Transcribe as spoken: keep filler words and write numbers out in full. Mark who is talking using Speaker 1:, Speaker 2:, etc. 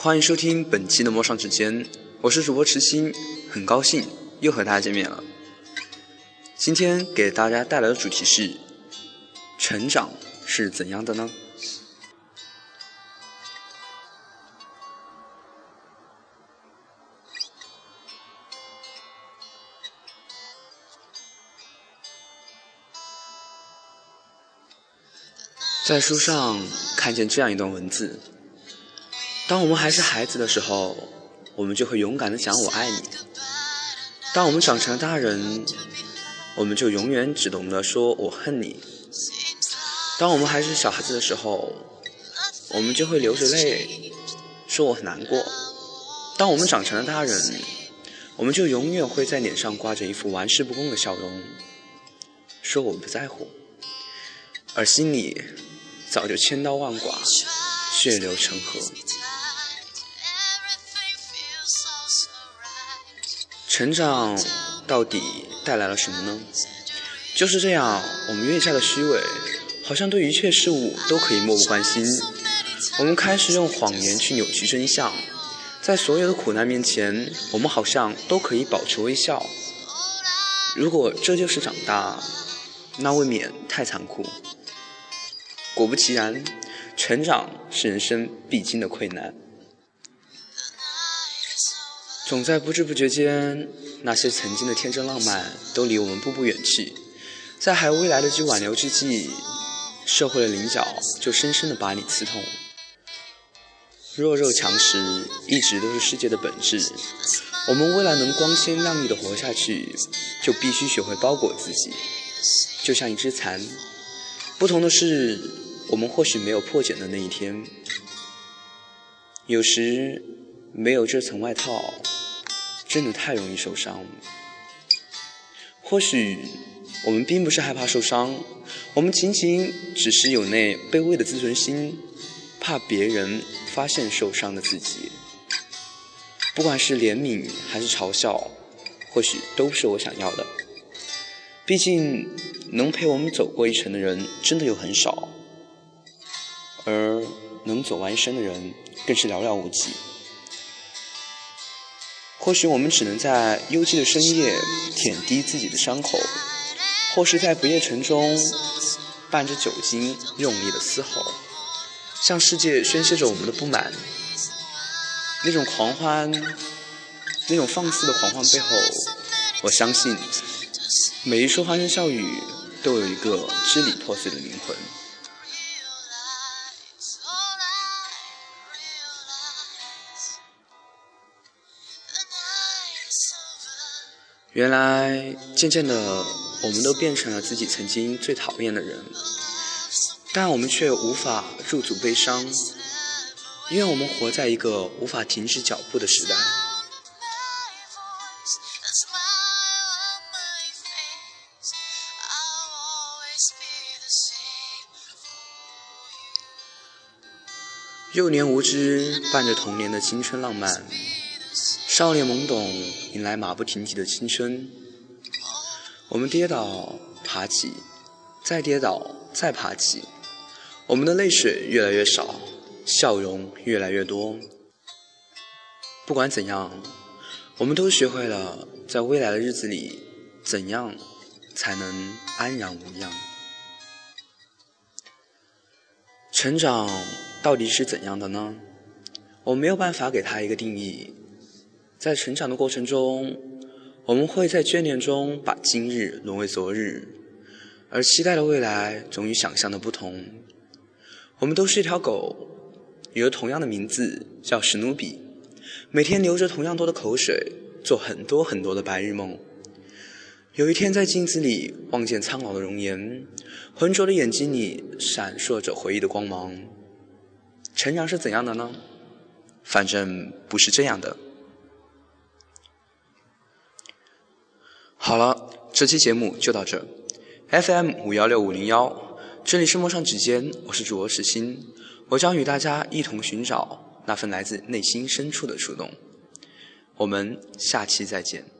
Speaker 1: 欢迎收听本期的陌上指尖，我是主播池鑫，很高兴又和大家见面了。今天给大家带来的主题是：成长是怎样的呢？在书上看见这样一段文字：当我们还是孩子的时候，我们就会勇敢地讲我爱你；当我们长成了大人，我们就永远只懂得说我恨你；当我们还是小孩子的时候，我们就会流着泪说我很难过；当我们长成了大人，我们就永远会在脸上挂着一副玩世不恭的笑容，说我不在乎，而心里早就千刀万剐，血流成河。成长到底带来了什么呢？就是这样，我们越加的虚伪，好像对一切事物都可以漠不关心。我们开始用谎言去扭曲真相，在所有的苦难面前，我们好像都可以保持微笑。如果这就是长大，那未免太残酷。果不其然，成长是人生必经的困难。总在不知不觉间，那些曾经的天真浪漫都离我们步步远去。在还未来得及挽留之际，社会的棱角就深深地把你刺痛。弱肉强食一直都是世界的本质。我们为了能光鲜亮丽地活下去，就必须学会包裹自己，就像一只蚕。不同的是，我们或许没有破茧的那一天，有时没有这层外套，真的太容易受伤。或许我们并不是害怕受伤，我们仅仅只是有那卑微的自尊心，怕别人发现受伤的自己。不管是怜悯还是嘲笑，或许都是我想要的。毕竟能陪我们走过一程的人真的有很少，而能走完一生的人更是寥寥无几。或许我们只能在幽寂的深夜舔舐自己的伤口，或是在不夜城中伴着酒精用力的嘶吼，向世界宣泄着我们的不满。那种狂欢，那种放肆的狂欢背后，我相信每一束欢声笑语都有一个支离破碎的灵魂。原来渐渐的，我们都变成了自己曾经最讨厌的人，但我们却无法驻足悲伤，因为我们活在一个无法停止脚步的时代。幼年无知伴着童年的青春浪漫，少年懵懂迎来马不停蹄的青春。我们跌倒爬起，再跌倒再爬起，我们的泪水越来越少，笑容越来越多。不管怎样，我们都学会了在未来的日子里怎样才能安然无恙。成长到底是怎样的呢？我没有办法给它一个定义。在成长的过程中，我们会在眷恋中把今日沦为昨日，而期待的未来总与想象的不同。我们都是一条狗，有着同样的名字，叫史努比，每天流着同样多的口水，做很多很多的白日梦。有一天在镜子里望见苍老的容颜，浑浊的眼睛里闪烁着回忆的光芒。成长是怎样的呢？反正不是这样的。好了，这期节目就到这。F M 五一六五零一，这里是陌上指尖，我是主播石鑫，我将与大家一同寻找那份来自内心深处的触动。我们下期再见。